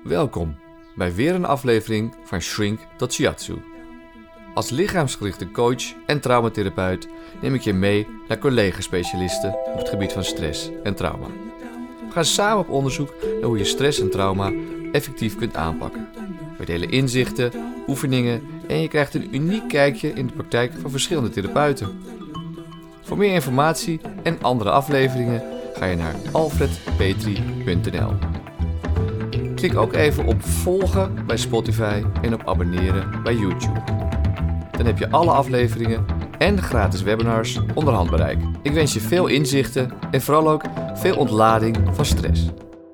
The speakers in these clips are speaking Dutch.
Welkom bij weer een aflevering van Shrink tot Shiatsu. Als lichaamsgerichte coach en traumatherapeut neem ik je mee naar collega-specialisten op het gebied van stress en trauma. We gaan samen op onderzoek naar hoe je stress en trauma effectief kunt aanpakken. We delen inzichten, oefeningen en je krijgt een uniek kijkje in de praktijk van verschillende therapeuten. Voor meer informatie en andere afleveringen ga je naar alfredpetri.nl. Klik ook even op volgen bij Spotify en op abonneren bij YouTube. Dan heb je alle afleveringen en de gratis webinars onder handbereik. Ik wens je veel inzichten en vooral ook veel ontlading van stress.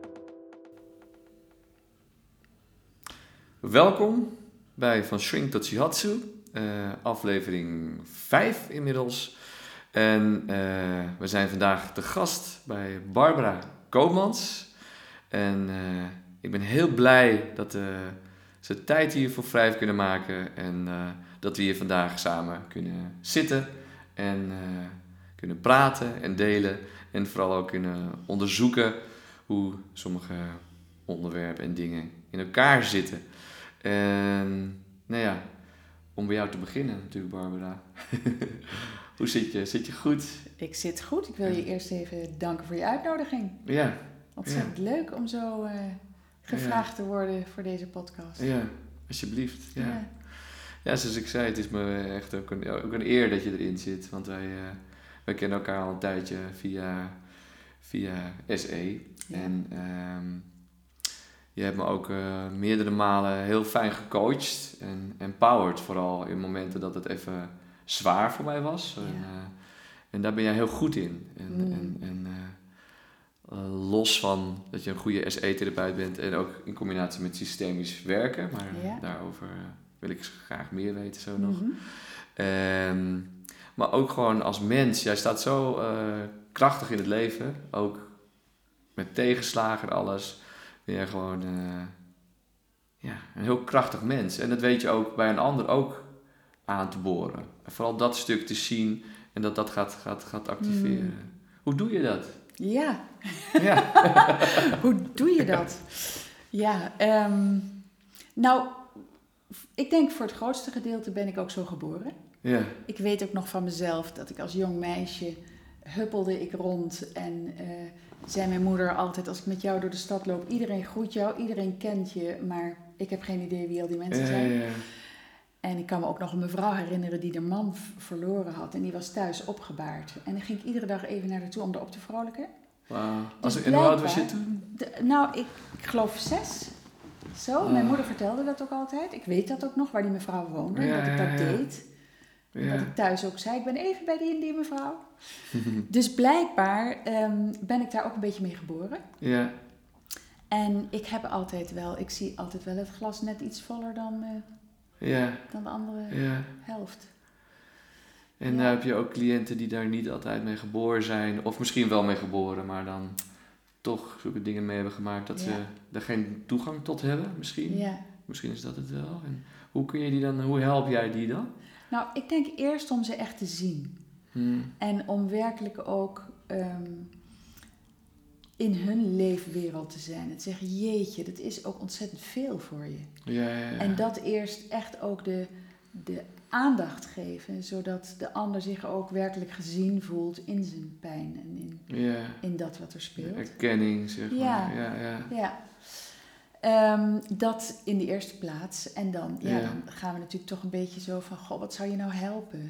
Welkom bij Van Shrink tot Shiatsu, aflevering 5 inmiddels. En we zijn vandaag te gast bij Barbara Koopmans. En ik ben heel blij dat ze tijd hiervoor vrij heeft kunnen maken. En dat we hier vandaag samen kunnen zitten en kunnen praten en delen. En vooral ook kunnen onderzoeken hoe sommige onderwerpen en dingen in elkaar zitten. En nou ja, om bij jou te beginnen natuurlijk, Barbara. Hoe zit je? Zit je goed? Ik zit goed. Ik wil je eerst even danken voor je uitnodiging. Ja. Ontzettend leuk om zo gevraagd te worden voor deze podcast. Ja, alsjeblieft. Ja. Ja, zoals ik zei, het is me echt ook een eer dat je erin zit. Want wij kennen elkaar al een tijdje via SE. Ja. En je hebt me ook meerdere malen heel fijn gecoacht en empowered. Vooral in momenten dat het even zwaar voor mij was. Ja. En daar ben jij heel goed in. Los van dat je een goede SE-therapeut bent en ook in combinatie met systemisch werken. Maar daarover wil ik graag meer weten zo nog. Maar ook gewoon als mens. Jij staat zo krachtig in het leven. Ook met tegenslagen en alles. Ben jij gewoon een heel krachtig mens. En dat weet je ook bij een ander ook aan te boren. En vooral dat stuk te zien en dat gaat activeren. Hoe doe je dat? Ja. Hoe doe je dat? Ja, nou, ik denk voor het grootste gedeelte ben ik ook zo geboren. Ja. Ik weet ook nog van mezelf dat ik als jong meisje huppelde ik rond en zei mijn moeder altijd, als ik met jou door de stad loop, iedereen groet jou, iedereen kent je, maar ik heb geen idee wie al die mensen zijn. Ja. En ik kan me ook nog een mevrouw herinneren die haar man verloren had. En die was thuis opgebaard. En dan ging ik iedere dag even naar haar toe om erop te vrolijken. Wauw. Dus en hoe oud was je toen? Ik geloof 6. Zo, mijn moeder vertelde dat ook altijd. Ik weet dat ook nog, waar die mevrouw woonde. Dat ik dat deed. En dat ik thuis ook zei, ik ben even bij die mevrouw. Dus blijkbaar ben ik daar ook een beetje mee geboren. Ja. En ik zie altijd wel het glas net iets voller dan de andere helft. En nou heb je ook cliënten die daar niet altijd mee geboren zijn. Of misschien wel mee geboren, maar dan toch zulke dingen mee hebben gemaakt dat ze er geen toegang tot hebben misschien. Ja. Misschien is dat het wel. En hoe help jij die dan? Nou, ik denk eerst om ze echt te zien. En om werkelijk ook in hun leefwereld te zijn. Het zeggen, jeetje, dat is ook ontzettend veel voor je. Ja. En dat eerst echt ook de aandacht geven, zodat de ander zich ook werkelijk gezien voelt in zijn pijn en in dat wat er speelt. Erkenning, zeg maar. Ja. Dat in de eerste plaats. En dan gaan we natuurlijk toch een beetje zo van, goh, wat zou je nou helpen?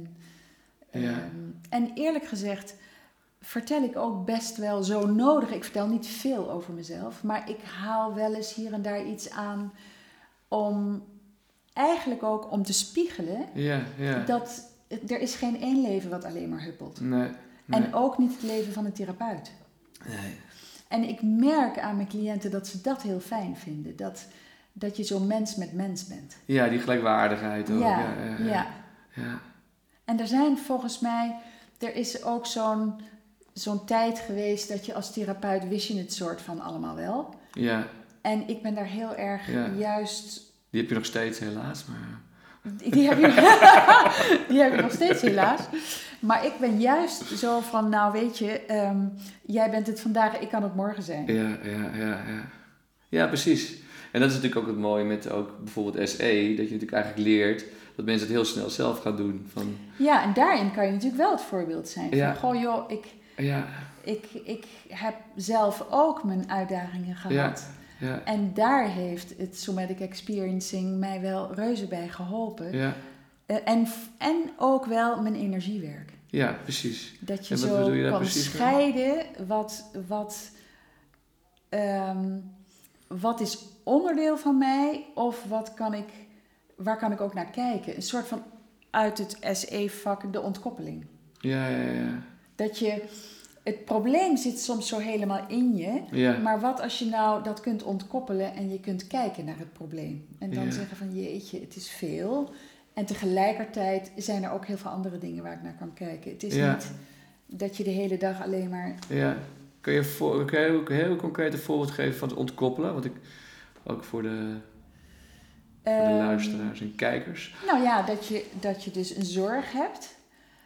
En eerlijk gezegd vertel ik ook best wel zo nodig. Ik vertel niet veel over mezelf, maar ik haal wel eens hier en daar iets aan om eigenlijk ook om te spiegelen dat er is geen één leven wat alleen maar huppelt. Nee. En ook niet het leven van een therapeut. Nee. En ik merk aan mijn cliënten dat ze dat heel fijn vinden. Dat je zo mens met mens bent. Ja, die gelijkwaardigheid ook. Ja. En er zijn volgens mij, er is ook zo'n tijd geweest dat je als therapeut wist je het soort van allemaal wel. Ja. En ik ben daar heel erg juist... Die heb je nog steeds helaas, maar... Die heb je nog steeds helaas. Maar ik ben juist zo van, nou weet je, jij bent het vandaag, ik kan het morgen zijn. Ja. Ja, precies. En dat is natuurlijk ook het mooie met ook bijvoorbeeld SE, dat je natuurlijk eigenlijk leert dat mensen het heel snel zelf gaan doen. Van, Ja, en daarin kan je natuurlijk wel het voorbeeld zijn. Ja. Van, goh joh, ik heb zelf ook mijn uitdagingen gehad. Ja. En daar heeft het Somatic Experiencing mij wel reuze bij geholpen. Ja. En ook wel mijn energiewerk. Ja, precies. Dat je En wat zo bedoel je daar kan precies mee? scheiden wat is onderdeel van mij of waar kan ik ook naar kijken. Een soort van uit het SE-vak de ontkoppeling. Ja. Dat het probleem zit soms zo helemaal in je. Ja. Maar wat als je nou dat kunt ontkoppelen en je kunt kijken naar het probleem. En dan zeggen van jeetje, het is veel. En tegelijkertijd zijn er ook heel veel andere dingen waar ik naar kan kijken. Het is niet dat je de hele dag alleen maar... Ja. Kun je ook heel concreet een voorbeeld geven van het ontkoppelen? Want ook voor de luisteraars en kijkers. Nou ja, dat je dus een zorg hebt.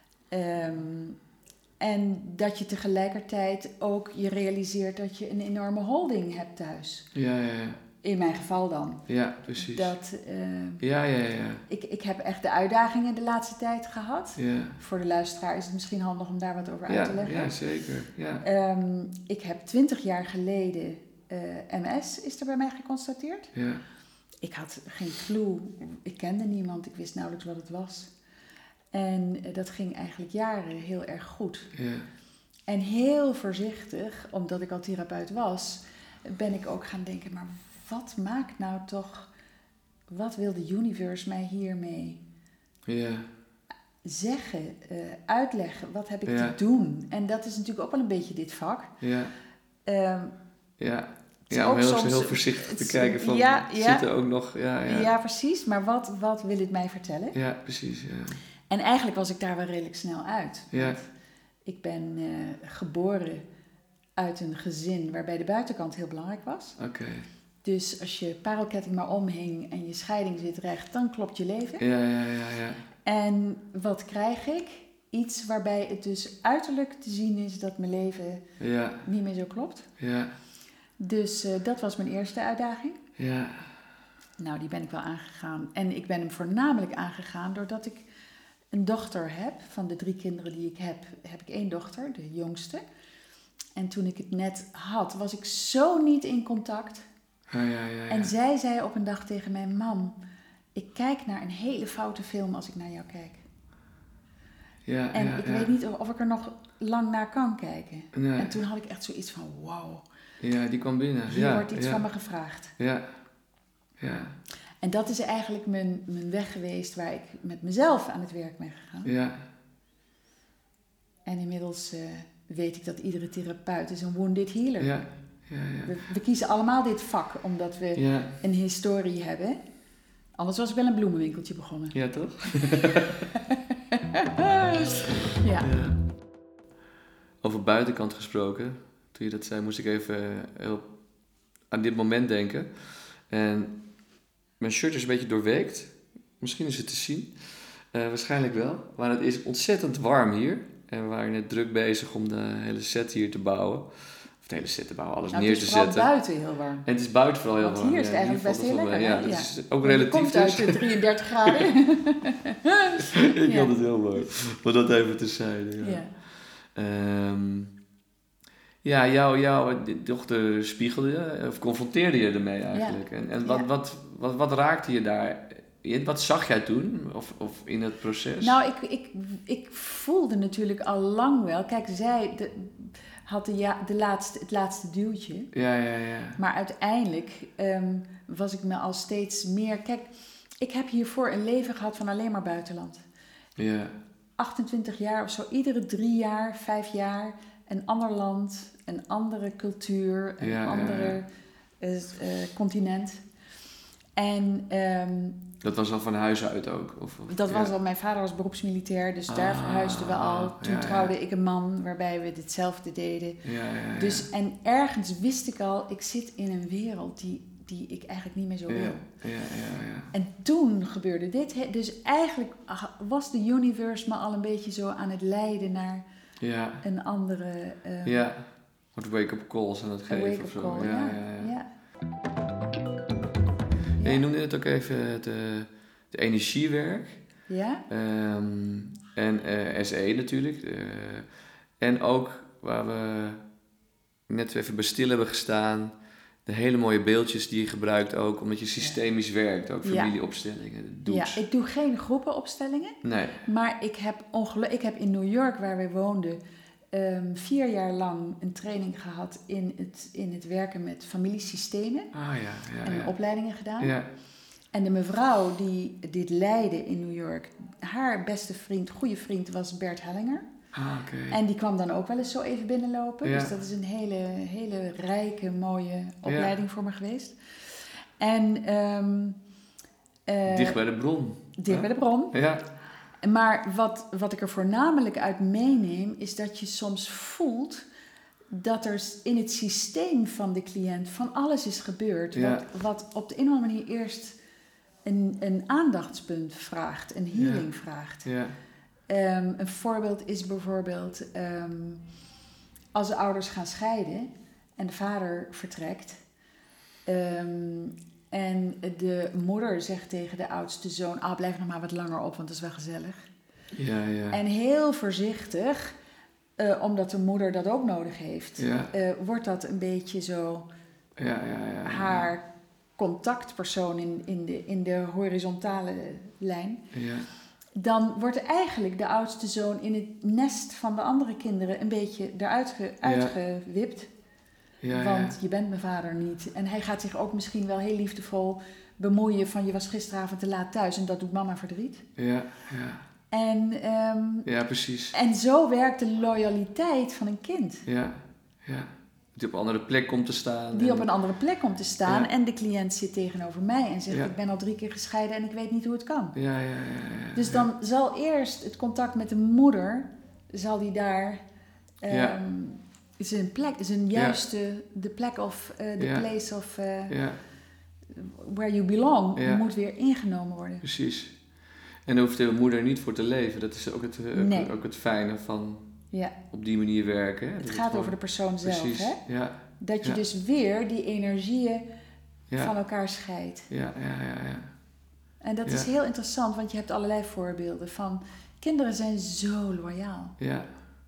En dat je tegelijkertijd ook je realiseert dat je een enorme holding hebt thuis. Ja. In mijn geval dan. Ja, precies. Ja. Ja. Ik heb echt de uitdagingen de laatste tijd gehad. Ja. Voor de luisteraar is het misschien handig om daar wat over uit te leggen. Ja, zeker. Ja. Ik heb 20 jaar geleden MS is er bij mij geconstateerd. Ja. Ik had geen clue. Ik kende niemand. Ik wist nauwelijks wat het was. En dat ging eigenlijk jaren heel erg goed. Ja. En heel voorzichtig, omdat ik al therapeut was, ben ik ook gaan denken, maar wat maakt nou toch, wat wil de universe mij hiermee zeggen, uitleggen, wat heb ik te doen? En dat is natuurlijk ook wel een beetje dit vak. Ja. Ja, om heel voorzichtig te kijken van, zit er ook nog... Ja, precies, maar wat wil het mij vertellen? Ja, precies, ja. En eigenlijk was ik daar wel redelijk snel uit. Ja. Want ik ben geboren uit een gezin waarbij de buitenkant heel belangrijk was. Oké. Dus als je parelketting maar omhing en je scheiding zit recht, dan klopt je leven. Ja. En wat krijg ik? Iets waarbij het dus uiterlijk te zien is dat mijn leven niet meer zo klopt. Ja. Dus dat was mijn eerste uitdaging. Ja. Nou, die ben ik wel aangegaan. En ik ben hem voornamelijk aangegaan doordat ik een dochter heb. Van de 3 kinderen die ik heb ik 1 dochter, de jongste. En toen ik het net had, was ik zo niet in contact. Ja. En zij zei op een dag tegen mij, mam, ik kijk naar een hele foute film als ik naar jou kijk. Ja, en ik weet niet of ik er nog lang naar kan kijken. Nee. En toen had ik echt zoiets van, wow. Ja, die kwam binnen. Hier wordt iets van me gevraagd. Ja. En dat is eigenlijk mijn weg geweest waar ik met mezelf aan het werk ben gegaan. Ja. En inmiddels weet ik dat iedere therapeut is een wounded healer. Ja. We kiezen allemaal dit vak omdat we een historie hebben. Anders was ik wel een bloemenwinkeltje begonnen. Ja, toch? Ja. Over buitenkant gesproken, toen je dat zei, moest ik even aan dit moment denken. En mijn shirt is een beetje doorweekt. Misschien is het te zien. Waarschijnlijk wel. Maar het is ontzettend warm hier. En we waren net druk bezig om de hele set hier te bouwen. Of de hele set te bouwen, alles neer te zetten. Het is vooral buiten heel warm. En het is buiten vooral heel warm. Want hier is het eigenlijk best heel lekker. Ja, dat is ook relatief. Het komt uit de 33 graden. Ik had het heel warm. Maar dat even terzijde. Jouw dochter spiegelde je, of confronteerde je ermee eigenlijk. Ja. En wat raakte je daar? Wat zag jij toen? Of in het proces? Nou, ik voelde natuurlijk al lang wel. Kijk, zij had het laatste duwtje. Ja. Maar uiteindelijk was ik me al steeds meer... Kijk, ik heb hiervoor een leven gehad van alleen maar buitenland. Ja. 28 jaar of zo. Iedere 3 jaar, 5 jaar... Een ander land, een andere cultuur, een andere continent. En... dat was al van huis uit ook? Dat was al, mijn vader was beroepsmilitair, dus daar verhuisden we al. Toen trouwde ik een man waarbij we hetzelfde deden. Dus, en ergens wist ik al, ik zit in een wereld die ik eigenlijk niet meer zo wil. En toen gebeurde dit. Dus eigenlijk was de universe me al een beetje zo aan het leiden naar een andere... Wat wake-up calls aan het geven of zo. Ja. En je noemde het ook even het energiewerk. Ja? En SE natuurlijk. En ook waar we net even bij stil hebben gestaan. De hele mooie beeldjes die je gebruikt ook, omdat je systemisch werkt. Ook familieopstellingen, doets. Ja, ik doe geen groepenopstellingen. Nee. Maar ik heb in New York, waar we woonden, 4 jaar lang een training gehad in het werken met familiesystemen. En opleidingen gedaan. Ja. En de mevrouw die dit leidde in New York, haar beste vriend, goede vriend, was Bert Hellinger. En die kwam dan ook wel eens zo even binnenlopen. Ja. Dus dat is een hele rijke, mooie opleiding voor me geweest. En dicht bij de bron. Dicht bij de bron. Ja. Maar wat ik er voornamelijk uit meeneem, is dat je soms voelt dat er in het systeem van de cliënt van alles is gebeurd. Ja. Wat op de een of andere manier eerst een aandachtspunt vraagt, een healing vraagt. Ja. Een voorbeeld is bijvoorbeeld als de ouders gaan scheiden en de vader vertrekt. En de moeder zegt tegen de oudste zoon, blijf nog maar wat langer op, want dat is wel gezellig. Ja. En heel voorzichtig, omdat de moeder dat ook nodig heeft, wordt dat een beetje zo haar contactpersoon in de horizontale lijn. Ja. Dan wordt eigenlijk de oudste zoon in het nest van de andere kinderen een beetje eruit uitgewipt. Want je bent mijn vader niet. En hij gaat zich ook misschien wel heel liefdevol bemoeien van je was gisteravond te laat thuis en dat doet mama verdriet. Ja. En, precies. En zo werkt de loyaliteit van een kind. Ja. Die op een andere plek komt te staan. Die op een andere plek komt te staan. Ja. En de cliënt zit tegenover mij en zegt, ik ben al 3 keer gescheiden en ik weet niet hoe het kan. Ja. Dus dan zal eerst het contact met de moeder, zal die daar... is een plek, is een juiste, de plek of the place of where you belong, moet weer ingenomen worden. Precies. En daar hoeft de moeder niet voor te leven. Dat is ook het fijne van op die manier werken. Het gaat over de persoon zelf. Hè? Ja. Dat je dus weer die energieën van elkaar scheidt. Ja. En dat is heel interessant, want je hebt allerlei voorbeelden van kinderen zijn zo loyaal. Ja.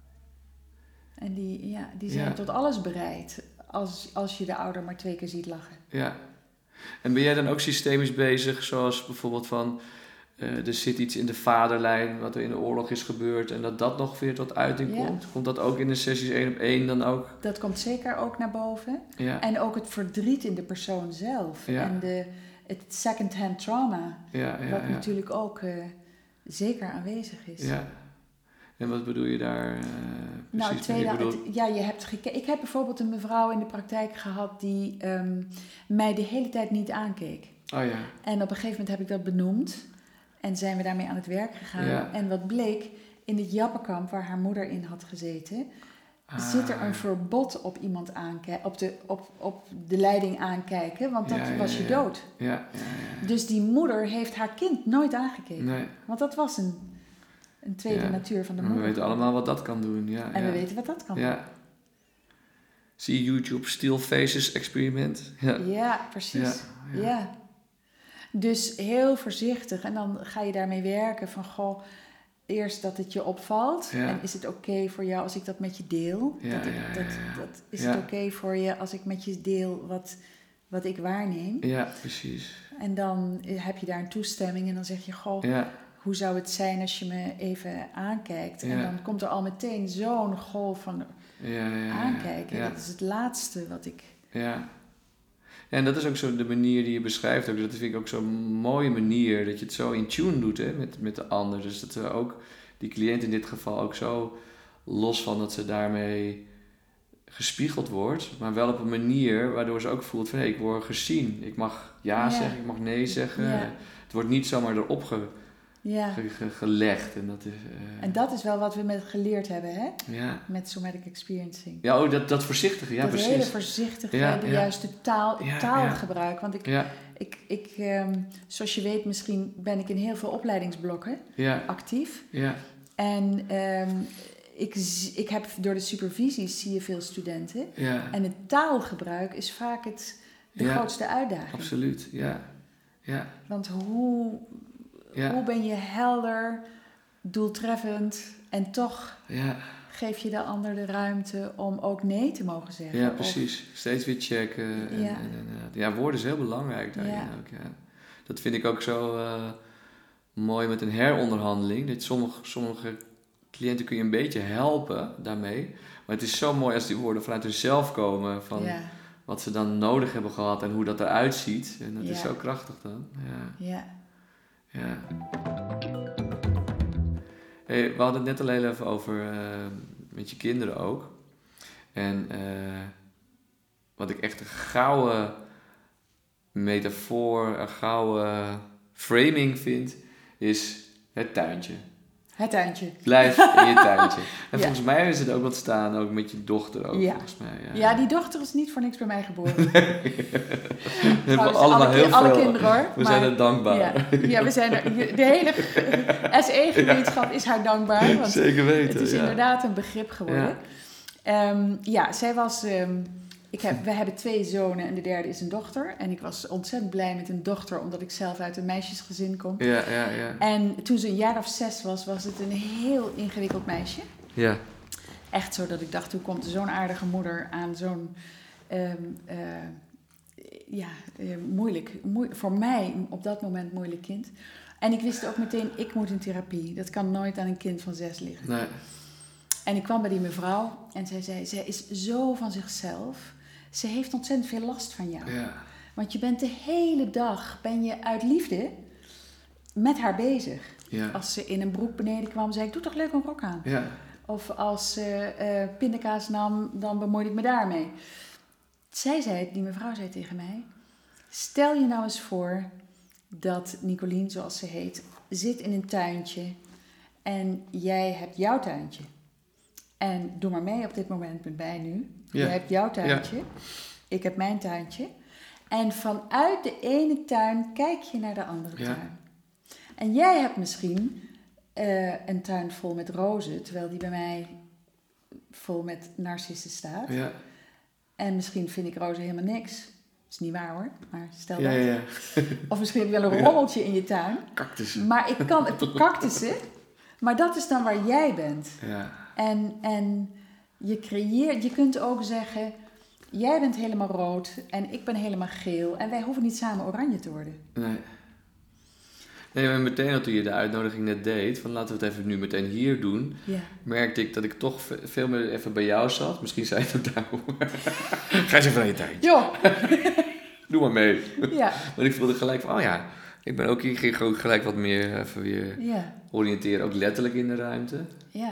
En die zijn tot alles bereid als je de ouder maar 2 keer ziet lachen. Ja. En ben jij dan ook systemisch bezig, zoals bijvoorbeeld van... er zit iets in de vaderlijn wat er in de oorlog is gebeurd... en dat nog weer tot uiting komt? Komt dat ook in de sessies 1-op-1 dan ook? Dat komt zeker ook naar boven. Ja. En ook het verdriet in de persoon zelf. Ja. En het second-hand trauma. Wat natuurlijk ook zeker aanwezig is. Ja. En wat bedoel je daar precies? Ik heb bijvoorbeeld een mevrouw in de praktijk gehad die mij de hele tijd niet aankeek. Oh ja. En op een gegeven moment heb ik dat benoemd en zijn we daarmee aan het werk gegaan. Ja. En wat bleek, in het Jappenkamp waar haar moeder in had gezeten, zit er een verbod op iemand op de leiding aankijken, want dat was je dood. Ja. Dus die moeder heeft haar kind nooit aangekeken. Nee. Want dat was een tweede natuur van de moeder. We weten allemaal wat dat kan doen. We weten wat dat kan doen. Zie je YouTube Still Faces experiment? Ja, precies. Ja. Dus heel voorzichtig. En dan ga je daarmee werken van... eerst dat het je opvalt. Ja. En is het oké voor jou als ik dat met je deel? Is het oké voor je als ik met je deel wat ik waarneem? Ja, precies. En dan heb je daar een toestemming en dan zeg je... hoe zou het zijn als je me even aankijkt? En dan komt er al meteen zo'n golf van aankijken. Ja. Dat is het laatste wat ik... Ja. En dat is ook zo de manier die je beschrijft. Ook. Dat vind ik ook zo'n mooie manier. Dat je het zo in tune doet met de ander. Dus dat we ook die cliënt in dit geval ook zo los van dat ze daarmee gespiegeld wordt. Maar wel op een manier waardoor ze ook voelt van... ik word gezien. Ik mag zeggen, ik mag nee zeggen. Ja. Het wordt niet zomaar erop gelegd. En dat is wel wat we geleerd hebben, hè? Ja. Met somatic experiencing. Ja, dat voorzichtige, ja, precies. Dat hele voorzichtige, de juiste taalgebruik. Want ik zoals je weet, misschien ben ik in heel veel opleidingsblokken actief. Ja. En ik heb door de supervisies zie je veel studenten. Ja. En het taalgebruik is vaak de grootste uitdaging. Absoluut, ja. Ja. Want hoe ben je helder, doeltreffend en toch geef je de ander de ruimte om ook nee te mogen zeggen. Ja, precies. Steeds weer checken. Woorden is heel belangrijk daarin ook. Ja. Dat vind ik ook zo mooi met een heronderhandeling. Dat sommige cliënten kun je een beetje helpen daarmee. Maar het is zo mooi als die woorden vanuit hunzelf komen. Van wat ze dan nodig hebben gehad en hoe dat eruit ziet. En dat is zo krachtig dan. Ja. Hey, we hadden het net al heel even over met je kinderen ook. En wat ik echt een gouden metafoor, een gouden framing vind, is het tuintje. Het tuintje. Blijf in je tuintje. En volgens mij is het ook ontstaan, ook met je dochter ook, volgens mij. Ja, die dochter is niet voor niks bij mij geboren. We hebben allemaal heel veel. Alle kinderen hoor. We zijn er dankbaar. Ja, we zijn er. De hele SE-gemeenschap is haar dankbaar. Want zeker weten. Het is inderdaad een begrip geworden. Zij was... we hebben 2 zonen en de derde is een dochter. En ik was ontzettend blij met een dochter, omdat ik zelf uit een meisjesgezin kom. Ja. En toen ze een jaar of 6 was het een heel ingewikkeld meisje. Ja. Echt zo dat ik dacht, hoe komt zo'n aardige moeder aan zo'n... moeilijk. Voor mij op dat moment moeilijk kind. En ik wist ook meteen, ik moet in therapie. Dat kan nooit aan een kind van 6 liggen. Nee. En ik kwam bij die mevrouw en zij zei, zij is zo van zichzelf. Ze heeft ontzettend veel last van jou. Ja. Want je bent de hele dag, uit liefde met haar bezig. Ja. Als ze in een broek beneden kwam, zei ik, doe toch leuk een rok aan. Ja. Of als ze pindakaas nam, dan bemoeide ik me daarmee. Die mevrouw zei tegen mij, stel je nou eens voor dat Nicolien, zoals ze heet, zit in een tuintje en jij hebt jouw tuintje. En doe maar mee op dit moment met mij nu. Ja. Jij hebt jouw tuintje, ik heb mijn tuintje. En vanuit de ene tuin kijk je naar de andere tuin. En jij hebt misschien een tuin vol met rozen, terwijl die bij mij vol met narcissen staat. Ja. En misschien vind ik rozen helemaal niks. Dat is niet waar hoor, maar stel dat. Ja. Of misschien heb je wel een rommeltje in je tuin. Cactussen. Maar ik kan cactussen. Maar dat is dan waar jij bent. Ja. En je creëert, je kunt ook zeggen, jij bent helemaal rood en ik ben helemaal geel. En wij hoeven niet samen oranje te worden. Nee, maar meteen toen je de uitnodiging net deed, van laten we het even nu meteen hier doen, merkte ik dat ik toch veel meer even bij jou zat. Misschien zei je het daarom. Ga eens even naar je tuintje. Jo. Doe maar mee. Ja. Maar ik voelde gelijk van, ik ben ook hier, ging ook gelijk wat meer even weer oriënteren, ook letterlijk in de ruimte. Ja.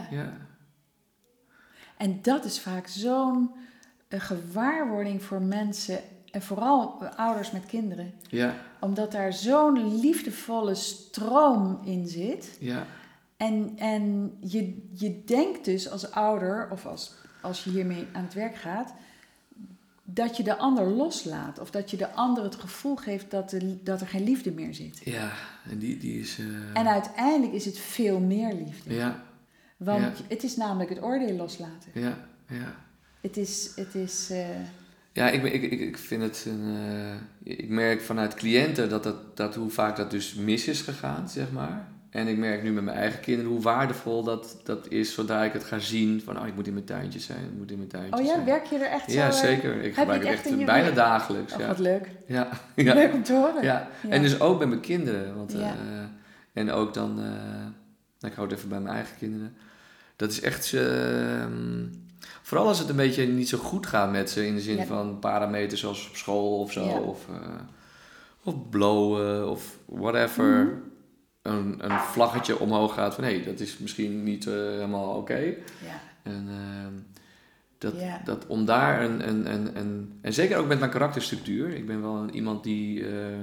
En dat is vaak zo'n gewaarwording voor mensen, en vooral ouders met kinderen. Ja. Omdat daar zo'n liefdevolle stroom in zit. Ja. En je denkt dus als ouder, of als je hiermee aan het werk gaat, dat je de ander loslaat. Of dat je de ander het gevoel geeft dat er geen liefde meer zit. Ja, en die is... En uiteindelijk is het veel meer liefde. Ja. Want het is namelijk het oordeel loslaten. Ja. Het is Ja, ik vind het ik merk vanuit cliënten dat hoe vaak dat dus mis is gegaan, zeg maar. En ik merk nu met mijn eigen kinderen hoe waardevol dat is zodra ik het ga zien van ik moet in mijn tuintje zijn, Oh ja, werk je er echt zo? Ja, zeker. Ik gebruik het echt bijna dagelijks. Oh, wat leuk. Ja. Leuk om te horen. Ja. En dus ook bij mijn kinderen. Want, en ook dan, ik hou het even bij mijn eigen kinderen. Dat is echt... vooral als het een beetje niet zo goed gaat met ze, in de zin van parameters zoals op school of zo, of blowen of whatever. Mm-hmm. Een vlaggetje omhoog gaat van dat is misschien niet helemaal oké. Ja. En dat om daar en zeker ook met mijn karakterstructuur. Ik ben wel iemand die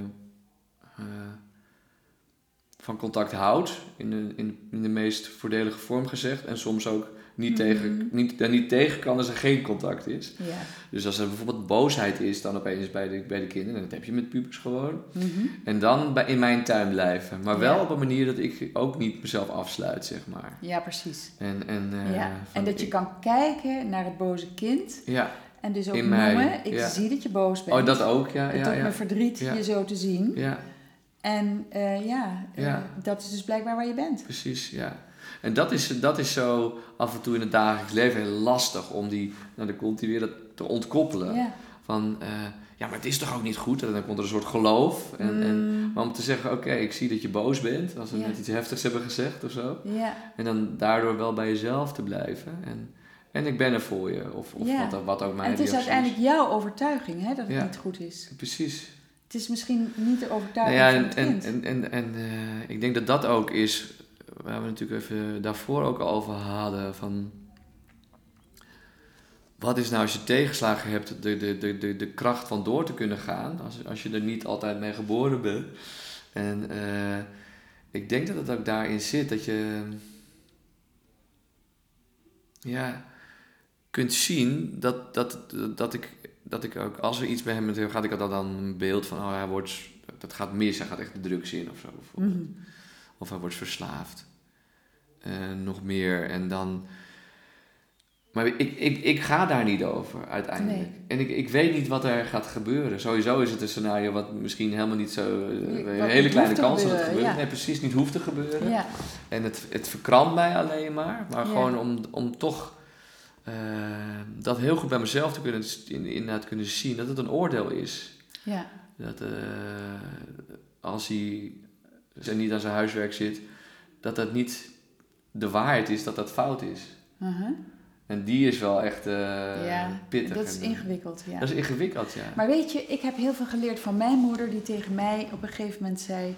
van contact houdt, in de meest voordelige vorm gezegd, en soms ook niet tegen kan als er geen contact is. Ja. Dus als er bijvoorbeeld boosheid is dan opeens bij de kinderen, en dat heb je met pubers gewoon. Mm-hmm. En dan in mijn tuin blijven. Maar wel op een manier dat ik ook niet mezelf afsluit, zeg maar. Ja, precies. En dat je kan kijken naar het boze kind. Ja. En dus ook in noemen, ik zie dat je boos bent. Oh, dat ook, ja. Het doet me verdriet je zo te zien. Ja. En dat is dus blijkbaar waar je bent. Precies, ja. En dat is zo af en toe in het dagelijks leven heel lastig om dan komt hij weer dat te ontkoppelen. Ja. Van, maar het is toch ook niet goed? En dan komt er een soort geloof. Maar om te zeggen, oké, ik zie dat je boos bent. Als we net iets heftigs hebben gezegd of zo. Ja. En dan daardoor wel bij jezelf te blijven. En ik ben er voor je. Of wat ook mijn en het is uiteindelijk jouw overtuiging, hè, dat het niet goed is. Precies. Het is misschien niet de overtuiging van het kind. En ik denk dat ook is, waar we natuurlijk even daarvoor ook al over hadden, van wat is nou als je tegenslagen hebt, de kracht van door te kunnen gaan, als je er niet altijd mee geboren bent. En ik denk dat het ook daarin zit, dat je kunt zien dat ik ook, als er iets bij hem gaat, ik had dan een beeld van, dat gaat mis, hij gaat echt de drugs in of zo bijvoorbeeld. Mm-hmm. Of hij wordt verslaafd. Nog meer. En dan... Maar ik ga daar niet over uiteindelijk. Nee. En ik weet niet wat er gaat gebeuren. Sowieso is het een scenario wat misschien helemaal niet zo... een hele kleine kans dat het gebeurt. Ja. Nee, precies, niet hoeft te gebeuren. Ja. En het verkrampt mij alleen maar. Maar gewoon om toch... dat heel goed bij mezelf te kunnen zien dat het een oordeel is. Ja. Dat als hij niet aan zijn huiswerk zit, dat niet de waarheid is, dat fout is. Uh-huh. En die is wel echt pittig. Dat is ingewikkeld, ja. Dat is ingewikkeld, ja. Maar weet je, ik heb heel veel geleerd van mijn moeder, die tegen mij op een gegeven moment zei...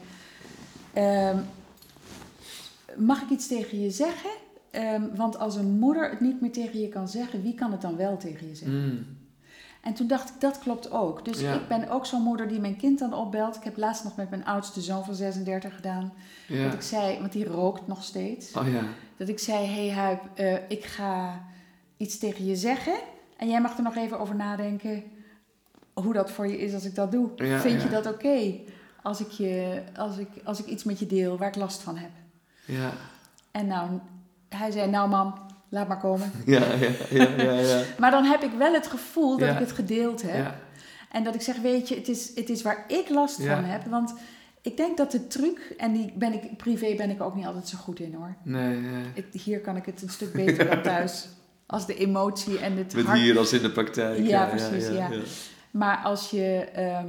mag ik iets tegen je zeggen? Want als een moeder het niet meer tegen je kan zeggen, wie kan het dan wel tegen je zeggen? Mm. En toen dacht ik, dat klopt ook. Dus ik ben ook zo'n moeder die mijn kind dan opbelt. Ik heb laatst nog met mijn oudste zoon van 36 gedaan. Ja. Dat ik zei, want die rookt nog steeds. Oh, ja. Dat ik zei, hey Huip, ik ga iets tegen je zeggen. En jij mag er nog even over nadenken hoe dat voor je is als ik dat doe. Ja, Vind je dat oké? Als ik iets met je deel waar ik last van heb? Ja. En hij zei, nou mam, laat maar komen. Ja. Maar dan heb ik wel het gevoel dat ik het gedeeld heb. Ja. En dat ik zeg, weet je, het is waar ik last van heb. Want ik denk dat de truc, en privé ben ik ook niet altijd zo goed in hoor. Nee. Hier kan ik het een stuk beter dan thuis. Als de emotie en het hart. Hier als in de praktijk. Ja, precies, ja. Maar als je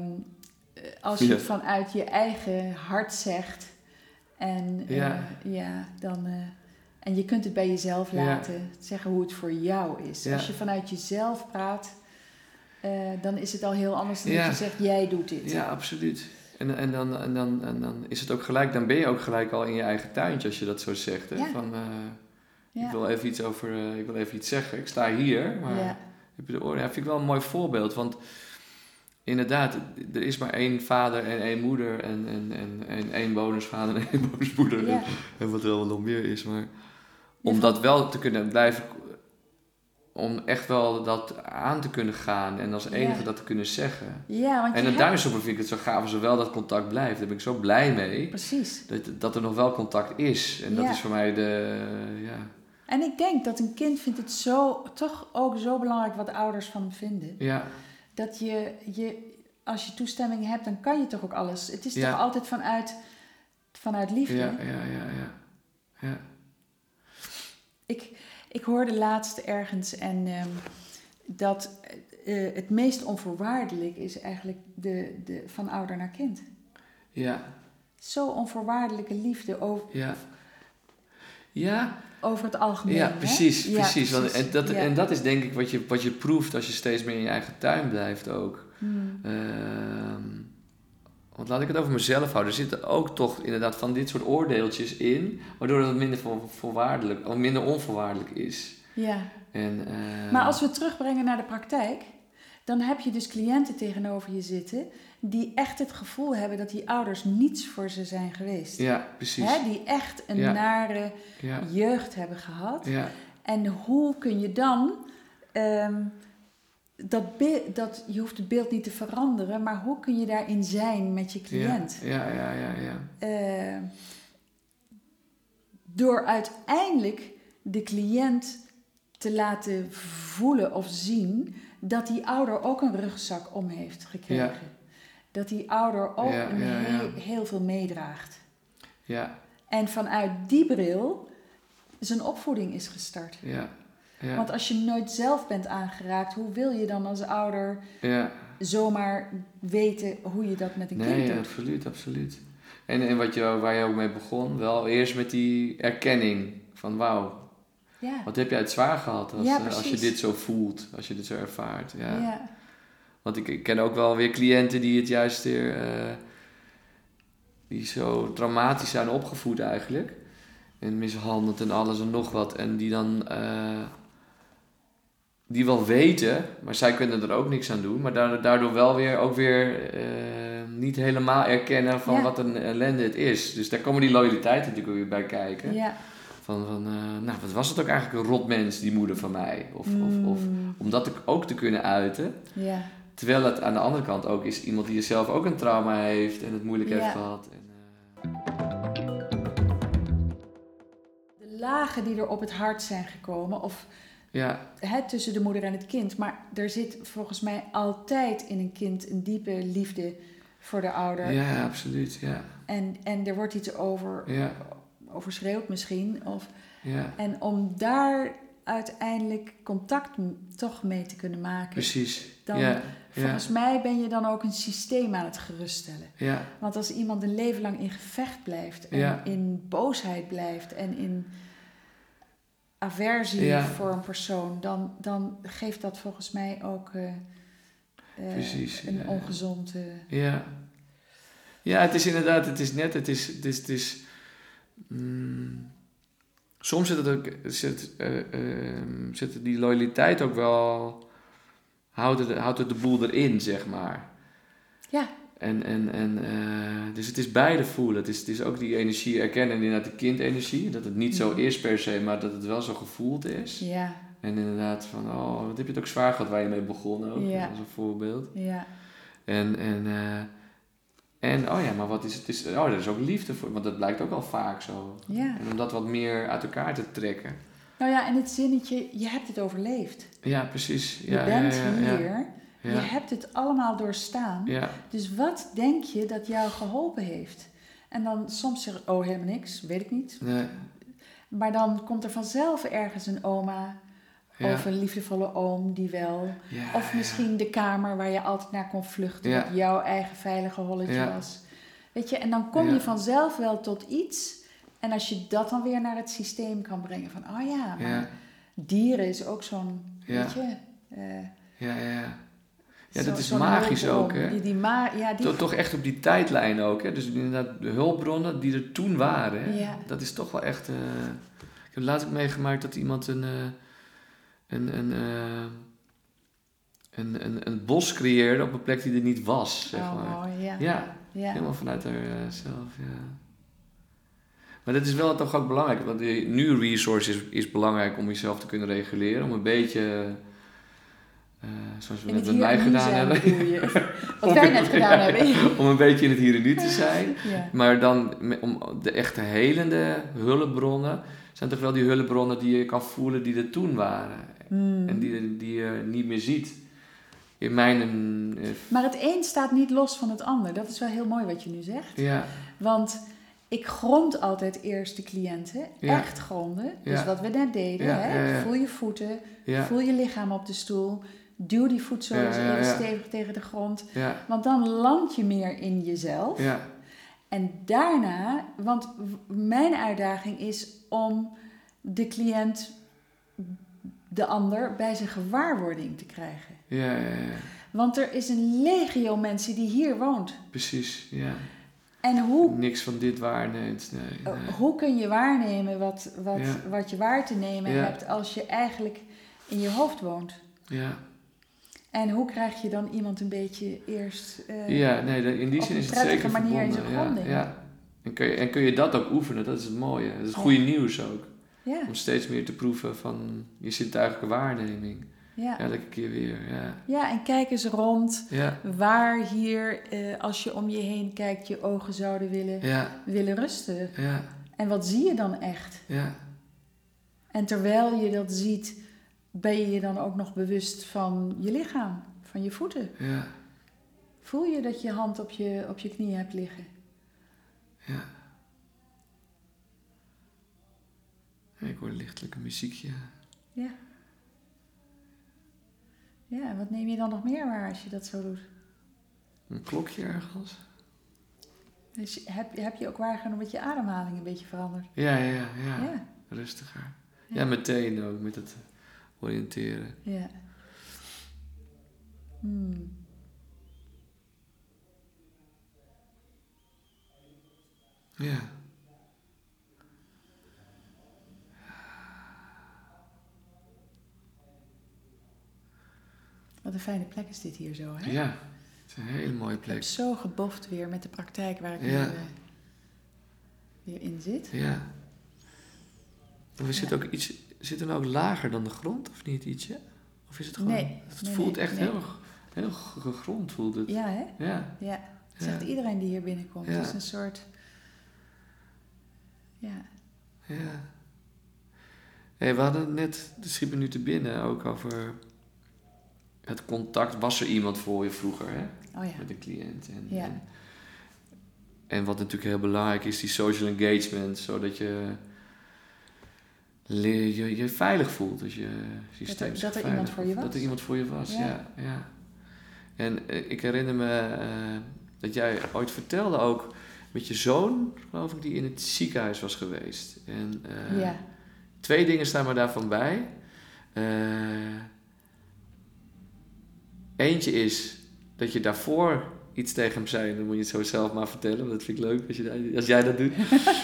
het vanuit je eigen hart zegt. En dan... En je kunt het bij jezelf laten, zeggen hoe het voor jou is. Ja. Als je vanuit jezelf praat, dan is het al heel anders dan dat je zegt, jij doet dit. Ja, absoluut. En dan is het ook gelijk, dan ben je ook gelijk al in je eigen tuintje als je dat zo zegt. Hè? Ja. Van, ik wil even iets zeggen, ik sta hier, maar heb je de oren? Ja, vind ik wel een mooi voorbeeld, want inderdaad, er is maar één vader en één moeder en één bonusvader en één bonusmoeder en wat er allemaal nog meer is, maar... Om dat wel te kunnen blijven, om echt wel dat aan te kunnen gaan en als enige dat te kunnen zeggen. Ja, want en daarom vind ik het zo gaaf als er wel dat contact blijft. Daar ben ik zo blij mee. Precies. Dat er nog wel contact is. En dat is voor mij En ik denk dat een kind vindt het toch ook zo belangrijk wat ouders van hem vinden. Ja. Dat als je toestemming hebt, dan kan je toch ook alles. Het is toch altijd vanuit liefde. Ja. Ik hoorde laatst ergens dat het meest onvoorwaardelijk is eigenlijk de van ouder naar kind. Ja. Zo onvoorwaardelijke liefde over, over het algemeen. Ja, precies. Ja, precies. En dat is denk ik wat je proeft als je steeds meer in je eigen tuin blijft ook. Want laat ik het over mezelf houden. Er zitten ook toch inderdaad van dit soort oordeeltjes in, waardoor het minder onvoorwaardelijk is. Ja. Maar als we het terugbrengen naar de praktijk, dan heb je dus cliënten tegenover je zitten die echt het gevoel hebben dat die ouders niets voor ze zijn geweest. Ja, precies. Die echt een nare jeugd hebben gehad. Ja. En hoe kun je dan... je hoeft het beeld niet te veranderen, maar hoe kun je daarin zijn met je cliënt? Ja. Door uiteindelijk de cliënt te laten voelen of zien dat die ouder ook een rugzak om heeft gekregen. Ja. dat die ouder ook Ja, heel veel meedraagt. Ja. En vanuit die bril zijn opvoeding is gestart. Ja. Ja. Want als je nooit zelf bent aangeraakt, hoe wil je dan als ouder zomaar weten hoe je dat met een kind doet? Nee, absoluut. En waar je ook mee begon, wel eerst met die erkenning van wauw. Ja. Wat heb jij het zwaar gehad als je dit zo voelt, als je dit zo ervaart. Ja. Want ik ken ook wel weer cliënten die het juist weer, die zo traumatisch zijn opgevoed eigenlijk. En mishandeld en alles en nog wat. En die dan, die wel weten, maar zij kunnen er ook niks aan doen. Maar daardoor wel weer niet helemaal erkennen van wat een ellende het is. Dus daar komen die loyaliteiten natuurlijk weer bij kijken. Ja. Wat was het ook eigenlijk een rotmens, die moeder van mij? Of om dat ook te kunnen uiten. Ja. Terwijl het aan de andere kant ook is iemand die zelf ook een trauma heeft en het moeilijk heeft gehad. De lagen die er op het hart zijn gekomen, of tussen de moeder en het kind. Maar er zit volgens mij altijd in een kind een diepe liefde voor de ouder. Ja, absoluut, ja. En er wordt iets overschreeuwd misschien. Ja. En om daar uiteindelijk contact toch mee te kunnen maken. Precies. Dan, volgens mij ben je dan ook een systeem aan het geruststellen. Ja. Want als iemand een leven lang in gevecht blijft en in boosheid blijft en in aversie voor een persoon, dan geeft dat volgens mij ook een ongezond... Ja, het is inderdaad, soms zit die loyaliteit ook wel, houdt het de boel erin, zeg maar. Ja. Dus het is beide voelen. Het is ook die energie erkennen, inderdaad de kindenergie, dat het niet zo is per se, maar dat het wel zo gevoeld is. Ja. En inderdaad van, wat heb je het ook zwaar gehad waar je mee begon ook, als een voorbeeld. Ja. Maar wat is het? Er is ook liefde voor, want dat blijkt ook al vaak zo. Ja. En om dat wat meer uit elkaar te trekken. Nou ja, en het zinnetje, je hebt het overleefd. Ja, precies. Je bent hier, je hebt het allemaal doorstaan. Ja. Dus wat denk je dat jou geholpen heeft? En dan soms zeg ik, helemaal niks, weet ik niet. Nee. Maar dan komt er vanzelf ergens een oma... Of een liefdevolle oom die wel. Ja, of misschien de kamer waar je altijd naar kon vluchten. Wat jouw eigen veilige holletje was. Weet je, en dan kom je vanzelf wel tot iets. En als je dat dan weer naar het systeem kan brengen. Van, maar dieren is ook zo'n, weet je... dat is magisch ook, hè? Toch echt op die tijdlijn ook, hè? Dus inderdaad de hulpbronnen die er toen waren. Hè? Ja. Dat is toch wel echt... Ik heb laatst ook meegemaakt dat iemand een bos creëerde op een plek die er niet was, zeg maar. Helemaal vanuit haarzelf, Maar dat is wel toch ook belangrijk, want nu resource is belangrijk om jezelf te kunnen reguleren, om een beetje, zoals we net met mij gedaan hebben. Wat wij net gedaan hebben. Om een beetje in het hier en nu te zijn. Maar dan, om de echte helende hulpbronnen, zijn toch wel die hulpbronnen die je kan voelen die er toen waren. En die je niet meer ziet. Maar het een staat niet los van het ander. Dat is wel heel mooi wat je nu zegt. Ja. Want ik grond altijd eerst de cliënten. Ja. Echt gronden. Dus wat we net deden. Hè? Voel je voeten. Ja. Voel je lichaam op de stoel. Duw die voetzolen even stevig tegen de grond. Ja. Want dan land je meer in jezelf. Ja. En daarna... Want mijn uitdaging is om de cliënt... de ander bij zijn gewaarwording te krijgen. Ja. Want er is een legio mensen die hier woont. Precies, ja. En hoe... Niks van dit waarneemt, nee. Hoe kun je waarnemen wat je waar te nemen hebt als je eigenlijk in je hoofd woont? Ja. En hoe krijg je dan iemand een beetje eerst in die zin is het zeker manier in zijn gronding? Ja. En kun je dat ook oefenen, dat is het mooie. Dat is het goede nieuws ook. Ja. Om steeds meer te proeven van je zintuigelijke waarneming. Ja. Elke keer weer, Ja, en kijk eens rond waar hier, als je om je heen kijkt, je ogen zouden willen rusten. Ja. En wat zie je dan echt? Ja. En terwijl je dat ziet, ben je je dan ook nog bewust van je lichaam, van je voeten. Ja. Voel je dat je hand op je knie hebt liggen? Ja. Ik hoor lichtelijk een muziekje. Ja. Ja, en wat neem je dan nog meer waar als je dat zo doet? Een klokje ergens. Dus heb je ook waargenomen dat je ademhaling een beetje verandert? Ja. Rustiger. Ja, meteen ook met het oriënteren. Ja. Ja. Wat een fijne plek is dit hier zo, hè? Ja, het is een hele mooie Ik plek. heb zo geboft weer met de praktijk waar ik nu weer in zit. Ja. En we zitten ook zitten we ook lager dan de grond, of niet ietsje? Of is het gewoon... Nee. Het voelt echt heel gegrond, voelt het. Ja, hè? Ja. Ja. Dat zegt iedereen die hier binnenkomt. Ja. Het is een soort... Ja. Ja. Hey, we hadden net, er schiet me nu te binnen, ook over het contact. Was er iemand voor je vroeger, hè? Oh ja. Met een cliënt. Ja. En wat natuurlijk heel belangrijk is, die social engagement. Zodat je veilig voelt. Dus je systeem dat er iemand voor je was. Dat er iemand voor je was, ja. En ik herinner me dat jij ooit vertelde ook met je zoon, geloof ik, die in het ziekenhuis was geweest. En 2 dingen staan me daarvan bij. Eentje is dat je daarvoor iets tegen hem zei. Dan moet je het zo zelf maar vertellen. Want dat vind ik leuk als jij dat doet.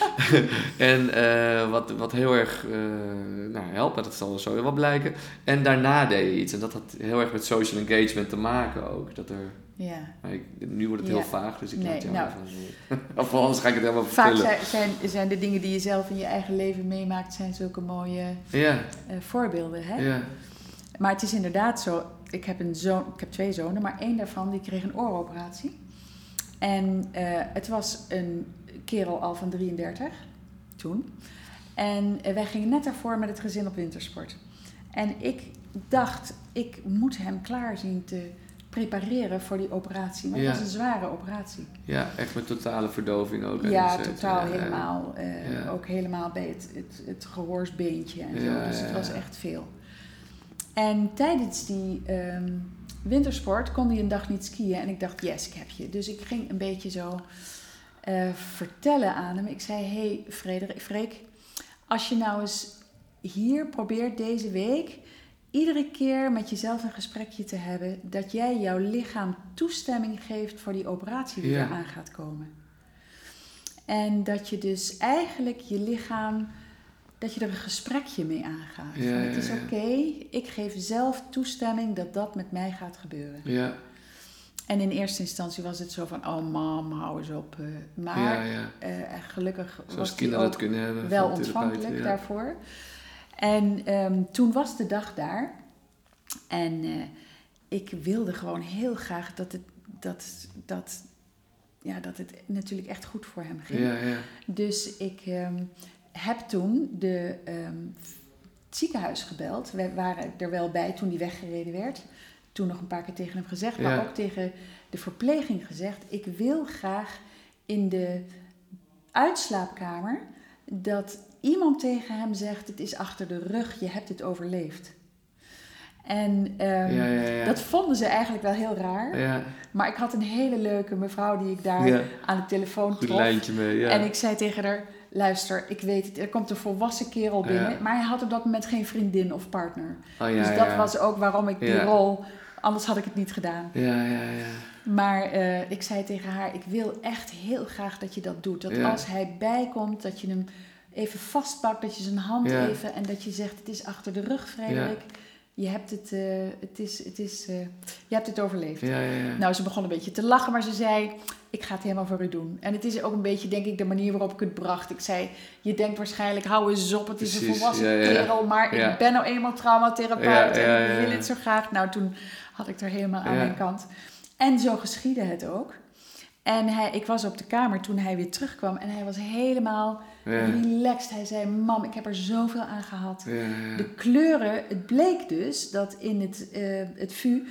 En wat heel erg helpt, maar dat zal zo wel blijken. En daarna deed je iets. En dat had heel erg met social engagement te maken ook. Dat er... Ja. Nu wordt het heel vaag, dus ik laat jou even... Of anders ga ik het helemaal vaak vertellen. Vaak zijn de dingen die je zelf in je eigen leven meemaakt, zijn zulke mooie voorbeelden. Hè? Ja. Maar het is inderdaad zo, ik heb 2 zonen, maar 1 daarvan die kreeg een ooroperatie. En het was een kerel al van 33, toen. En wij gingen net daarvoor met het gezin op wintersport. En ik dacht, ik moet hem klaar zien te prepareren voor die operatie. Maar het was een zware operatie. Ja, echt met totale verdoving ook. Ja, totaal helemaal. Ook helemaal bij het gehoorsbeentje en zo. Dus het was echt veel. En tijdens die wintersport kon hij een dag niet skiën. En ik dacht, yes, ik heb je. Dus ik ging een beetje zo vertellen aan hem. Ik zei, hey Freek, als je nou eens hier probeert deze week... iedere keer met jezelf een gesprekje te hebben... dat jij jouw lichaam toestemming geeft voor die operatie die eraan gaat komen. En dat je dus eigenlijk je lichaam... dat je er een gesprekje mee aangaat. Het is oké, ik geef zelf toestemming dat dat met mij gaat gebeuren. Ja. En in eerste instantie was het zo van... oh mam, hou eens op. Maar gelukkig zoals was kinderen hij dat kunnen hebben, wel ontvankelijk daarvoor. En toen was de dag daar. En ik wilde gewoon heel graag dat het natuurlijk echt goed voor hem ging. Ja. Dus ik heb toen het ziekenhuis gebeld. We waren er wel bij toen hij weggereden werd. Toen nog een paar keer tegen hem gezegd, maar ook tegen de verpleging gezegd... ik wil graag in de uitslaapkamer dat iemand tegen hem zegt... het is achter de rug, je hebt het overleefd. En dat vonden ze eigenlijk wel heel raar. Ja. Maar ik had een hele leuke mevrouw die ik daar aan de telefoon trof. Goed lijntje mee, ja. En ik zei tegen haar, luister, ik weet het, er komt een volwassen kerel binnen... Ja. maar hij had op dat moment geen vriendin of partner. Dus dat was ook waarom ik die rol... Anders had ik het niet gedaan. Ja. Maar ik zei tegen haar, ik wil echt heel graag dat je dat doet. Dat als hij bijkomt, dat je hem even vastpakt, dat je zijn hand even... en dat je zegt, het is achter de rug, Frederik. Je hebt je hebt het overleefd. Ja. Nou, ze begon een beetje te lachen, maar ze zei... ik ga het helemaal voor u doen. En het is ook een beetje, denk ik, de manier waarop ik het bracht. Ik zei, je denkt waarschijnlijk, hou eens op, het is een volwassen kerel... maar ik ben nou eenmaal traumatherapeut en ik wil het zo graag. Nou, toen had ik er helemaal aan mijn kant. En zo geschiedde het ook. En ik was op de kamer toen hij weer terugkwam en hij was helemaal relaxed. Hij zei, mam, ik heb er zoveel aan gehad. De kleuren, het bleek dus dat in het VU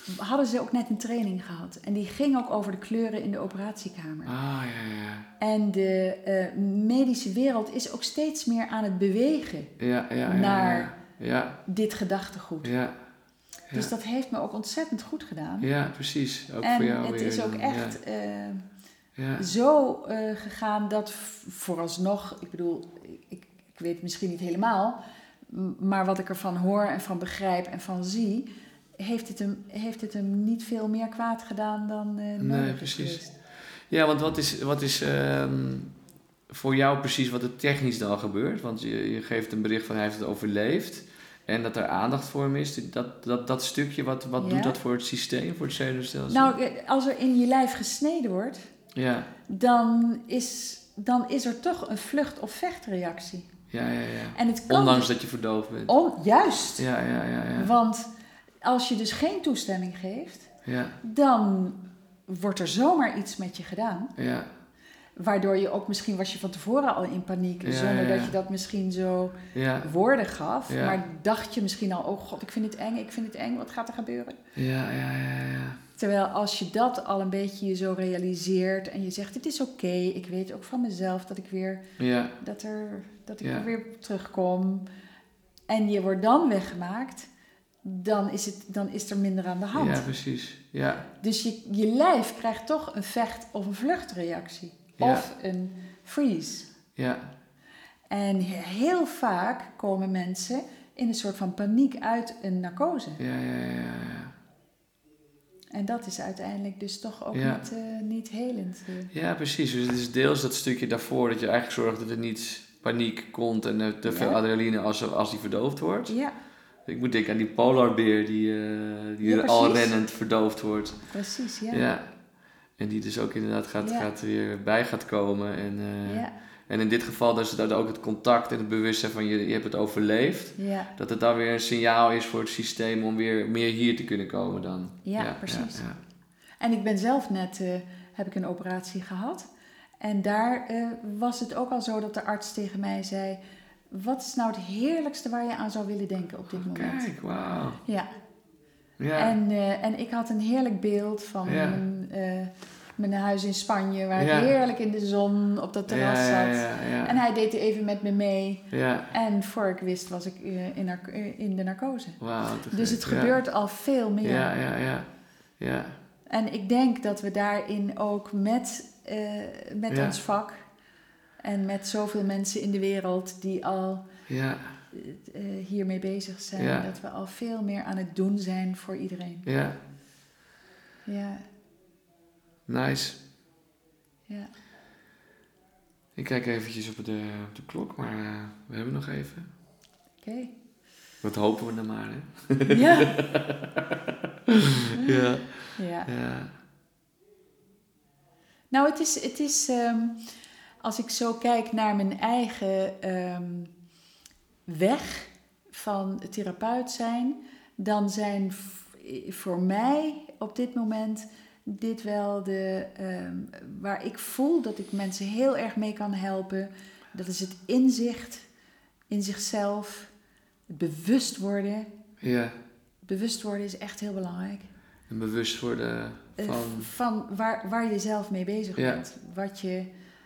hadden ze ook net een training gehad. En die ging ook over de kleuren in de operatiekamer. Ah, ja. En de medische wereld is ook steeds meer aan het bewegen naar dit gedachtegoed. Ja. Dus dat heeft me ook ontzettend goed gedaan. Ja, precies. Ook en voor jou het weer. is ook echt Ja. zo gegaan dat vooralsnog, ik bedoel, ik weet het misschien niet helemaal, maar wat ik ervan hoor en van begrijp en van zie, heeft het hem niet veel meer kwaad gedaan dan Nee, precies. Ja, want wat is voor jou precies wat er technisch dan gebeurt? Want je geeft een bericht van hij heeft het overleefd. En dat er aandacht voor hem is. Dat stukje, wat doet dat voor het systeem, voor het zenuwstelsel? Nou, als er in je lijf gesneden wordt, dan is er toch een vlucht- of vechtreactie. Ja. En het kan ondanks dat je verdoofd bent. Juist. Ja. Want als je dus geen toestemming geeft, dan wordt er zomaar iets met je gedaan. Ja. Waardoor je ook, misschien was je van tevoren al in paniek, zonder dat je dat misschien zo woorden gaf. Ja. Maar dacht je misschien al, oh god, ik vind het eng, wat gaat er gebeuren? Ja. Terwijl als je dat al een beetje zo realiseert en je zegt, het is oké, ik weet ook van mezelf dat ik weer, dat ik weer terugkom. En je wordt dan weggemaakt, dan is er minder aan de hand. Ja, precies. Ja. Dus je lijf krijgt toch een vecht- of een vluchtreactie. Of een freeze. Ja. En heel vaak komen mensen in een soort van paniek uit een narcose. Ja. En dat is uiteindelijk dus toch ook niet helend. Ja, precies. Dus het is deels dat stukje daarvoor dat je eigenlijk zorgt dat er niet paniek komt en te veel adrenaline als die verdoofd wordt. Ja. Ik moet denken aan die polarbeer die al rennend verdoofd wordt. Precies, ja. En die dus ook inderdaad gaat weer bij gaat komen. En in dit geval dus dat ook het contact en het bewustzijn van je hebt het overleefd. Ja. Dat het dan weer een signaal is voor het systeem om weer meer hier te kunnen komen dan. Ja, precies. Ja. En ik ben zelf net, heb ik een operatie gehad. En daar was het ook al zo dat de arts tegen mij zei, wat is nou het heerlijkste waar je aan zou willen denken op dit moment? Kijk, wauw. Ja. Ja. En ik had een heerlijk beeld van mijn huis in Spanje, waar ik heerlijk in de zon op dat terras zat. Ja. En hij deed even met me mee. Ja. En voor ik wist was ik in de narcose. Wauw, dus het gebeurt al veel meer. Ja. En ik denk dat we daarin ook met ons vak en met zoveel mensen in de wereld die al hiermee bezig zijn, dat we al veel meer aan het doen zijn voor iedereen. Ja. Ja. Nice. Ja. Ik kijk eventjes op de klok, maar we hebben nog even. Oké. Wat hopen we dan maar, hè? Ja. Nou, het is als ik zo kijk naar mijn eigen weg van therapeut zijn, dan zijn voor mij op dit moment dit wel waar ik voel dat ik mensen heel erg mee kan helpen. Dat is het inzicht in zichzelf, het bewust worden. Ja. Bewust worden is echt heel belangrijk. En bewust worden van waar je zelf mee bezig bent. Wat je...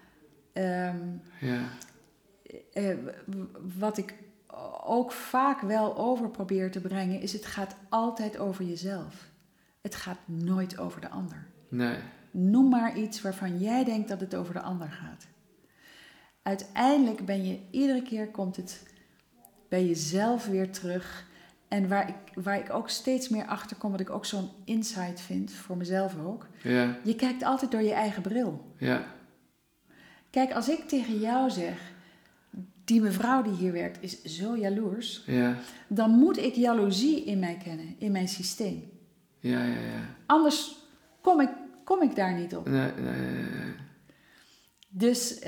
wat ik ook vaak wel over probeer te brengen, is het gaat altijd over jezelf. Het gaat nooit over de ander. Nee. Noem maar iets waarvan jij denkt dat het over de ander gaat. Uiteindelijk iedere keer komt het bij jezelf weer terug. En waar ik ook steeds meer achter kom, wat ik ook zo'n insight vind, voor mezelf ook. Ja. Je kijkt altijd door je eigen bril. Ja. Kijk, als ik tegen jou zeg, die mevrouw die hier werkt is zo jaloers. Ja. Dan moet ik jaloezie in mij kennen, in mijn systeem. Ja. Anders kom ik daar niet op. Nee. Dus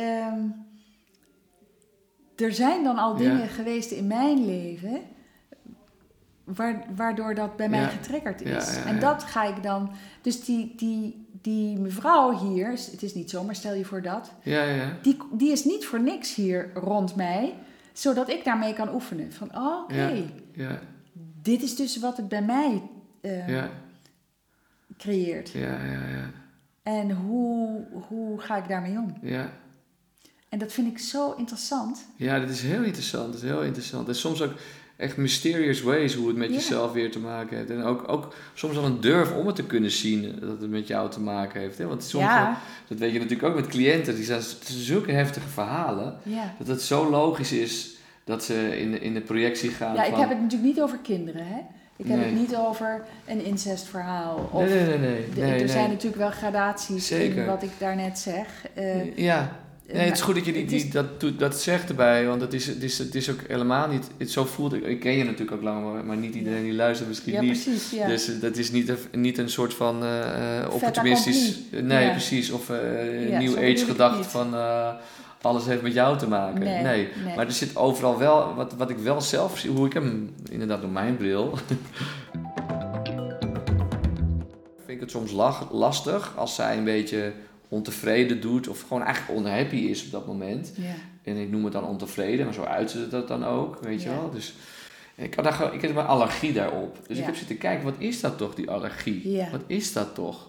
er zijn dan al dingen geweest in mijn leven waardoor dat bij mij getriggerd is. En dat ga ik dan... Dus die mevrouw hier, het is niet zo, maar stel je voor dat. Ja. Die is niet voor niks hier rond mij, zodat ik daarmee kan oefenen. Van, oké. Ja. Dit is dus wat het bij mij creëert. Ja. En hoe ga ik daarmee om? Ja. En dat vind ik zo interessant. Ja, dat is heel interessant. Dat is heel interessant. En soms ook echt mysterious ways hoe het met jezelf weer te maken heeft. En ook soms al een durf om het te kunnen zien dat het met jou te maken heeft. Hè? Want sommige, dat weet je natuurlijk ook met cliënten, die zijn zulke heftige verhalen, dat het zo logisch is dat ze in de projectie gaan. Ja, ik heb het natuurlijk niet over kinderen, hè. Ik heb het niet over een incestverhaal. Of Nee. Er zijn natuurlijk wel gradaties in wat ik daarnet zeg. Nee, het is goed dat je dat zegt erbij, want het is ook helemaal niet... Zo voelt ik ken je natuurlijk ook lang, maar niet iedereen die luistert misschien niet. Precies, ja. Dus dat is niet een soort van opportunistisch... Nee, precies. Of New Age gedachte van alles heeft met jou te maken. Nee. Maar er zit overal wel, wat ik wel zelf zie, hoe ik hem inderdaad door mijn bril... vind ik het soms lastig als zij een beetje... ontevreden doet of gewoon eigenlijk unhappy is op dat moment. Ja. En ik noem het dan ontevreden, maar zo uit ze dat dan ook, weet je wel. Dus ik heb een allergie daarop. Dus ik heb zitten kijken, wat is dat toch, die allergie? Ja. Wat is dat toch?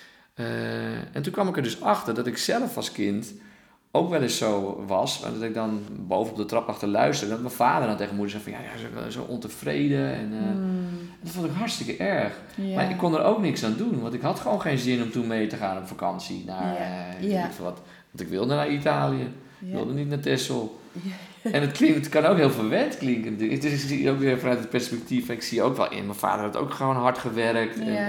En toen kwam ik er dus achter dat ik zelf als kind ook wel eens zo was. Dat ik dan boven op de trap achter luisterde. Dat mijn vader dan tegen moeder zei van... Ja, zo ontevreden. En dat vond ik hartstikke erg. Ja. Maar ik kon er ook niks aan doen. Want ik had gewoon geen zin om toen mee te gaan op vakantie. Naar wat. Want ik wilde naar Italië. Ik wilde niet naar Texel. Ja. En het kan ook heel verwend klinken. Dus ik zie ook weer vanuit het perspectief... Ik zie ook wel in. Mijn vader had ook gewoon hard gewerkt. Ja.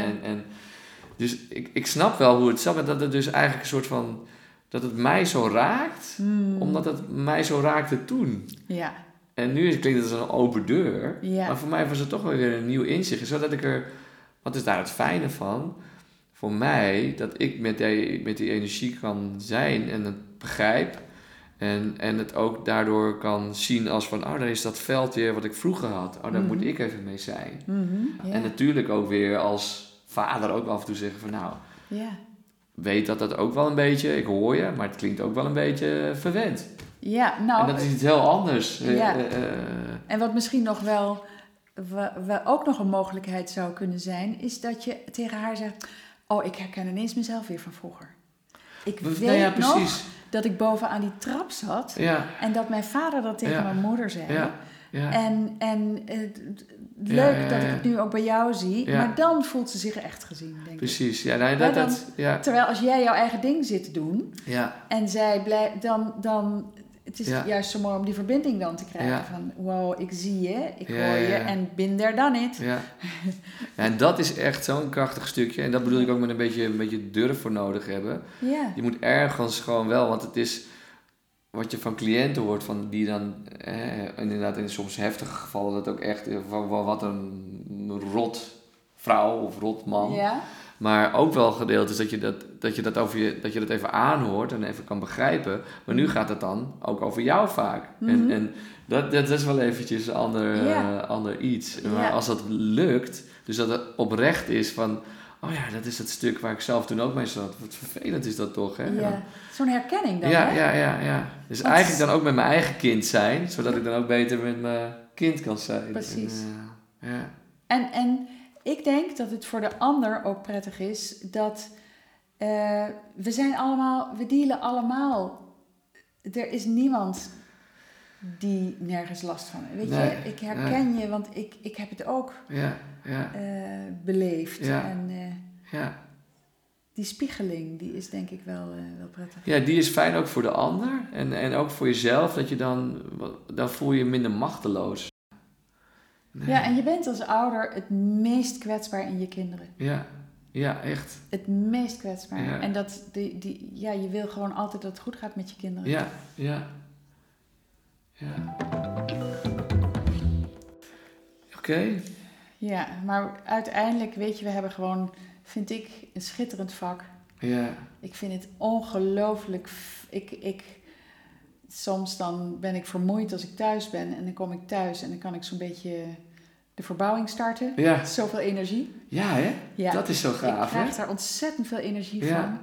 Dus ik snap wel hoe het zat. Maar dat het dus eigenlijk een soort van... Dat het mij zo raakt, omdat het mij zo raakte toen. Ja. En nu klinkt het als een open deur. Ja. Maar voor mij was het toch wel weer een nieuw inzicht. Zodat ik wat is daar het fijne van? Voor mij, dat ik met die energie kan zijn en het begrijp. En het ook daardoor kan zien als van... daar is dat veld weer wat ik vroeger had. Daar moet ik even mee zijn. Ja. En natuurlijk ook weer als vader ook af en toe zeggen van... weet dat ook wel een beetje, ik hoor je, maar het klinkt ook wel een beetje verwend. Ja, nou... En dat is iets heel anders. Ja. En wat misschien nog wel ook nog een mogelijkheid zou kunnen zijn... is dat je tegen haar zegt... ik herken ineens mezelf weer van vroeger. Ik weet nog dat ik bovenaan die trap zat... en dat mijn vader dat tegen mijn moeder zei... Ja. En leuk dat ik het nu ook bij jou zie. Ja. Maar dan voelt ze zich echt gezien, denk ik. Precies. Ja, terwijl als jij jouw eigen ding zit te doen... en zij blijft... Dan het is juist zo mooi om die verbinding dan te krijgen. Ja. Van, wow, ik zie je, ik hoor je en bin there done it. Ja. En dat is echt zo'n krachtig stukje. En dat bedoel ik ook met een beetje durf voor nodig hebben. Ja. Je moet ergens gewoon wel, want het is... Wat je van cliënten hoort, van die dan inderdaad in soms heftige gevallen dat ook echt wat een rot vrouw of rot man. Ja. Maar ook wel gedeeld is dat je dat even aanhoort en even kan begrijpen. Maar nu gaat het dan ook over jou vaak. Mm-hmm. En dat is wel eventjes een ander iets. Maar als dat lukt, dus dat het oprecht is van... dat is het stuk waar ik zelf toen ook mee zat. Wat vervelend is dat toch, hè? Ja, zo'n herkenning dan, Ja. Dus eigenlijk dan ook met mijn eigen kind zijn... zodat ik dan ook beter met mijn kind kan zijn. Precies. En ik denk dat het voor de ander ook prettig is... dat we dealen allemaal... Er is niemand die nergens last van heeft. Weet je, ik herken je, want ik heb het ook... beleefd. Ja. En die spiegeling, die is denk ik wel prettig. Ja, die is fijn ook voor de ander. En ook voor jezelf, dat je dan voel je minder machteloos. Nee. Ja, en je bent als ouder het meest kwetsbaar in je kinderen. Ja, echt. Het meest kwetsbaar. Ja. En dat je wil gewoon altijd dat het goed gaat met je kinderen. Ja. Oké. Ja, maar uiteindelijk, weet je, we hebben gewoon, vind ik, een schitterend vak. Ja. Ik vind het ongelooflijk... Soms dan ben ik vermoeid als ik thuis ben en dan kom ik thuis en dan kan ik zo'n beetje de verbouwing starten. Ja. Zoveel energie. Ja, hè? Ja. Dat is zo gaaf, ik krijg daar ontzettend veel energie van.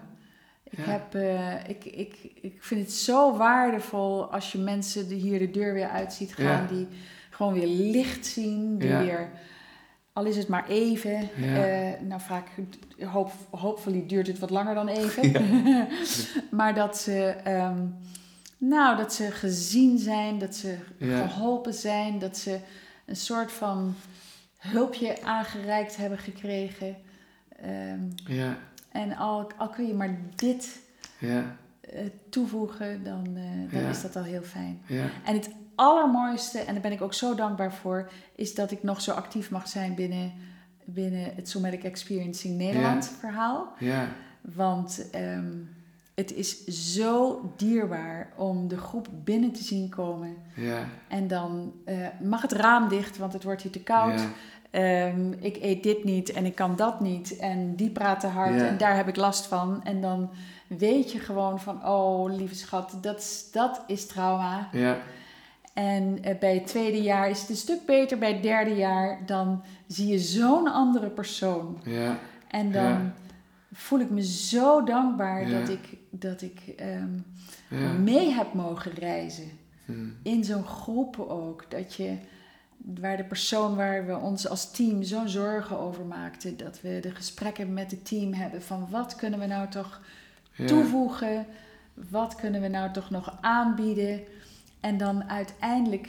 Ik vind het zo waardevol als je mensen hier de deur weer uit ziet gaan, die gewoon weer licht zien, die weer al is het maar even. Nou, vaak, hopefully duurt het wat langer dan even. Ja. Maar dat ze gezien zijn, dat ze geholpen zijn, dat ze een soort van hulpje aangereikt hebben gekregen. En al kun je maar dit toevoegen, dan is dat al heel fijn. Ja. En het allermooiste, en daar ben ik ook zo dankbaar voor, is dat ik nog zo actief mag zijn binnen het Somatic Experiencing Nederland verhaal. Ja. Want het is zo dierbaar om de groep binnen te zien komen. Ja. En dan mag het raam dicht, want het wordt hier te koud. Ja. Ik eet dit niet en ik kan dat niet. En die praat te hard en daar heb ik last van. En dan weet je gewoon van, oh lieve schat, dat is trauma. Ja. En bij het tweede jaar is het een stuk beter. Bij het derde jaar dan zie je zo'n andere persoon. Ja. En dan voel ik me zo dankbaar dat ik mee heb mogen reizen. In zo'n groep ook. Waar de persoon waar we ons als team zo'n zorgen over maakten. Dat we de gesprekken met het team hebben van wat kunnen we nou toch toevoegen? Wat kunnen we nou toch nog aanbieden? En dan uiteindelijk,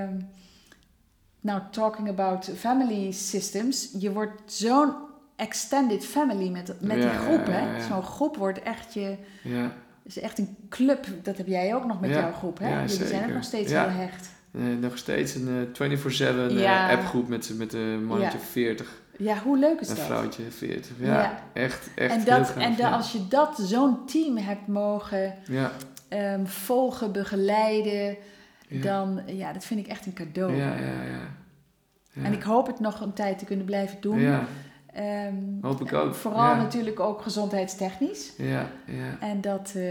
talking about family systems, je wordt zo'n extended family met die groep. Hè? Zo'n groep wordt echt is echt een club. Dat heb jij ook nog met jouw groep. Hè? Jullie zijn ook nog steeds heel hecht. Nog steeds een 24/7 appgroep met een mannetje 40. Ja, hoe leuk is dat? Een vrouwtje 40. Ja. Echt als je zo'n team hebt mogen volgen, begeleiden, dan, dat vind ik echt een cadeau. Ja. En ik hoop het nog een tijd te kunnen blijven doen. Ja. Hoop ik ook. Vooral natuurlijk ook gezondheidstechnisch. Ja. En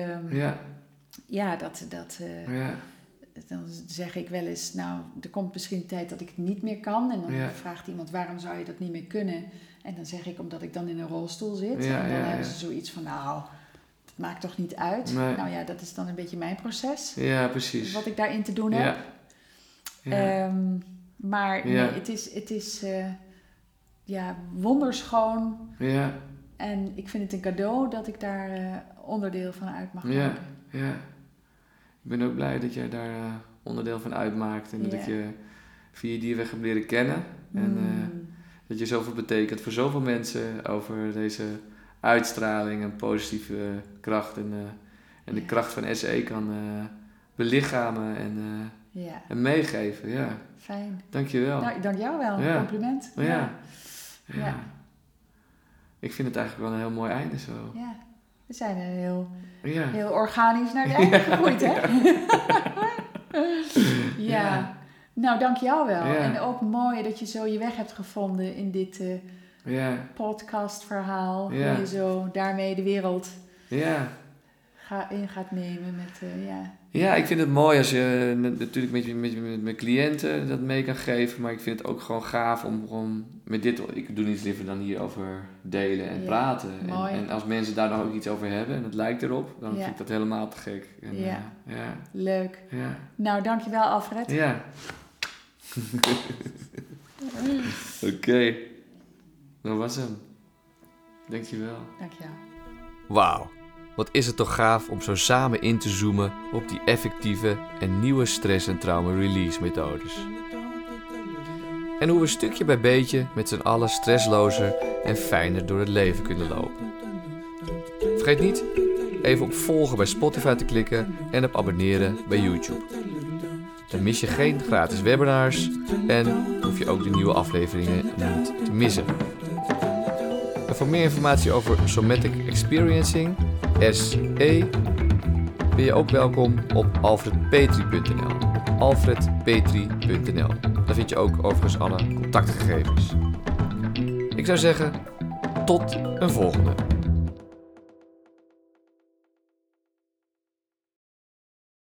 dan zeg ik wel eens, nou, er komt misschien een tijd dat ik het niet meer kan. En dan vraagt iemand, waarom zou je dat niet meer kunnen? En dan zeg ik, omdat ik dan in een rolstoel zit. En dan hebben ze zoiets van, nou, het maakt toch niet uit? Nee. Nou ja, dat is dan een beetje mijn proces. Ja, precies. Wat ik daarin te doen heb. Ja. Maar nee, het is wonderschoon. Ja. En ik vind het een cadeau dat ik daar onderdeel van uit mag worden. Ja. Ik ben ook blij dat jij daar onderdeel van uitmaakt. En dat ik je via die weg heb leren kennen. En dat je zoveel betekent voor zoveel mensen over deze uitstraling en positieve kracht. En de kracht van SE kan belichamen en meegeven. Ja. Fijn. Dankjewel. Nou, dank jou wel. Een compliment. Ja. Ik vind het eigenlijk wel een heel mooi einde zo. Ja. We zijn er heel organisch naar het einde gegroeid, hè? Ja. Nou, dank jou wel. Ja. En ook mooi dat je zo je weg hebt gevonden in dit podcastverhaal. Ja. Hoe je zo daarmee de wereld in gaat nemen met... Ja, ik vind het mooi als je natuurlijk met mijn cliënten dat mee kan geven. Maar ik vind het ook gewoon gaaf om gewoon met dit... Ik doe niets liever dan hierover delen en praten. En als mensen daar dan ook iets over hebben en het lijkt erop, dan vind ik dat helemaal te gek. En, leuk. Ja. Nou, dankjewel Alfred. Ja. Oké. Dat was hem. Dankjewel. Dankjewel. Wauw. Wat is het toch gaaf om zo samen in te zoomen op die effectieve en nieuwe stress- en trauma-release methodes. En hoe we stukje bij beetje met z'n allen stresslozer en fijner door het leven kunnen lopen. Vergeet niet even op volgen bij Spotify te klikken en op abonneren bij YouTube. Dan mis je geen gratis webinars en hoef je ook de nieuwe afleveringen niet te missen. En voor meer informatie over Somatic Experiencing, SE, ben je ook welkom op alfredpetri.nl. alfredpetri.nl. Daar vind je ook overigens alle contactgegevens. Ik zou zeggen, tot een volgende.